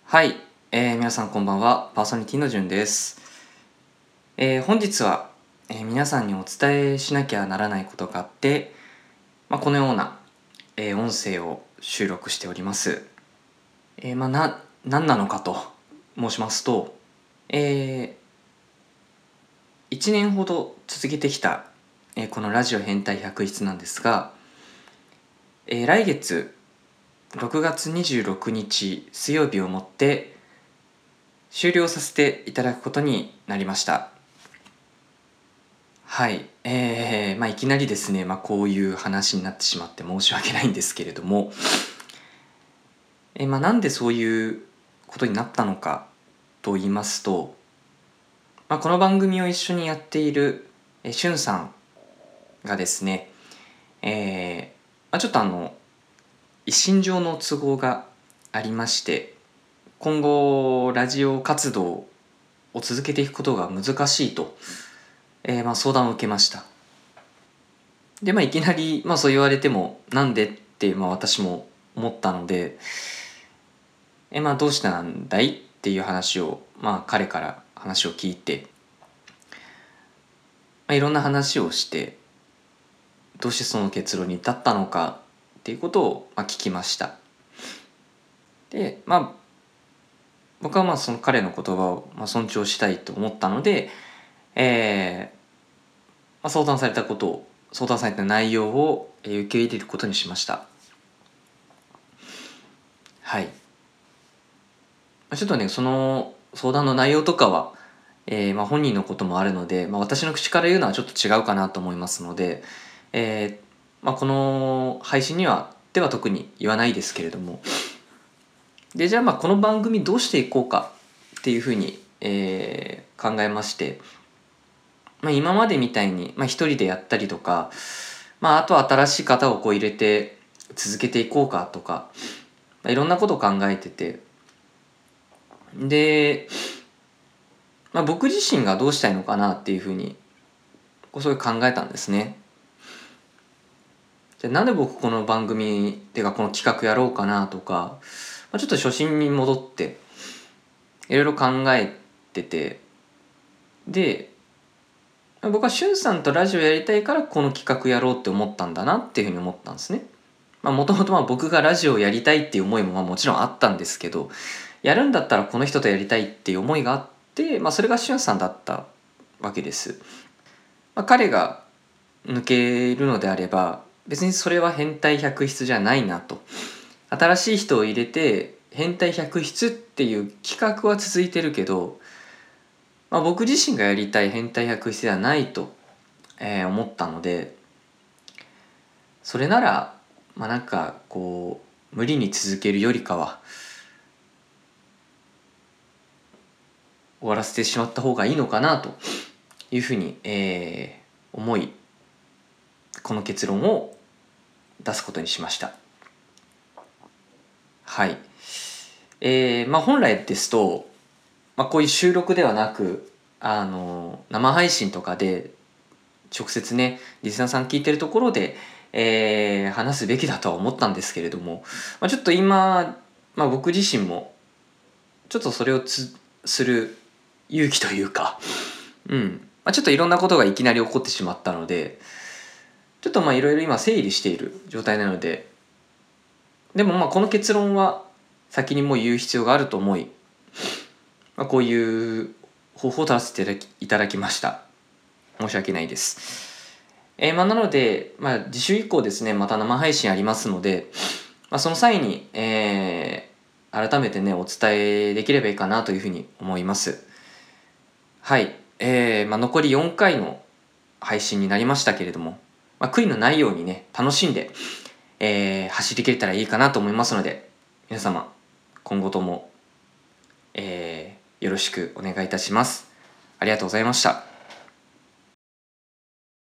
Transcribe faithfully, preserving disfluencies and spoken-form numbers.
はい、えー皆さんこんばんは。パーソナリティのじゅんです。えー本日は、えー皆さんにお伝えしなきゃならないことがあって、まあ、このような、えー音声を収録しております。えーまあ、な何なのかと申しますと、えいちねんほど続けてきた、えーこのラジオ変態百室なんですが、えー来月ろくがつにじゅうろくにち水曜日をもって終了させていただくことになりました。はい、えーまあ、いきなりですね、まあ、こういう話になってしまって申し訳ないんですけれども、えーまあ、なんでそういうことになったのかと言いますと、まあ、この番組を一緒にやっている、えー、しゅんさんがですね、えーまあ、ちょっとあの一身上の都合がありまして、今後ラジオ活動を続けていくことが難しいと、えーまあ、相談を受けました。で、まあ、いきなり、まあ、そう言われてもなんでって、まあ、私も思ったので、えまあ、どうしてなんだいっていう話を、まあ、彼から話を聞いて、まあ、いろんな話をしてどうしてその結論に至ったのかっていうことを、まあ、聞きました。で、まあ、僕はまあその彼の言葉を、まあ、尊重したいと思ったので、えーまあ、相談されたことを相談された内容をえー受け入れることにしました。はい。ちょっとね、その相談の内容とかは、えーまあ、本人のこともあるので、まあ、私の口から言うのはちょっと違うかなと思いますので、えーまあ、この配信にはでは特に言わないですけれども、でじゃあまあこの番組どうしていこうかっていうふうに、えー考えまして、まあ、今までみたいに、まあ、一人でやったりとか、まあ、あとは新しい方をこう入れて続けていこうかとか、まあ、いろんなことを考えてて、でまあ、僕自身がどうしたいのかなっていうふうにこうそういう考えたんですね。じゃあなんで僕この番組っていうかこの企画やろうかなとか、まあ、ちょっと初心に戻っていろいろ考えてて、で僕はしゅんさんとラジオやりたいからこの企画やろうって思ったんだなっていうふうに思ったんですね。もともと僕がラジオをやりたいっていう思いもまあもちろんあったんですけど、やるんだったらこの人とやりたいっていう思いがあって、まあ、それがしゅんさんだったわけです。まあ、彼が抜けるのであれば別にそれは変態百出じゃないなと、新しい人を入れて変態百出っていう企画は続いてるけど、まあ、僕自身がやりたい変態百出ではないと、えー思ったので、それならまあなんかこう無理に続けるよりかは終わらせてしまった方がいいのかなというふうに、えー思いこの結論を出すことにしました。はい。えーまあ、本来ですと、まあ、こういう収録ではなくあの生配信とかで直接ねリスナーさん聞いてるところで、えー話すべきだとは思ったんですけれども、まあ、ちょっと今、まあ、僕自身もちょっとそれをつする勇気というか、うんまあ、ちょっといろんなことがいきなり起こってしまったので、ちょっとまあいろいろ今整理している状態なので、でもまあこの結論は先にもう言う必要があると思い、まあ、こういう方法を取らせていただきいただきました。申し訳ないです。えーまあ、なので、まあ、次週以降ですねまた生配信ありますので、まあ、その際に、えー改めてねお伝えできればいいかなというふうに思います。はい、えーまあ、残りよんかいの配信になりましたけれども、まあ、悔いのないようにね楽しんで、えー走り切れたらいいかなと思いますので、皆様今後とも、えーよろしくお願いいたします。ありがとうございました。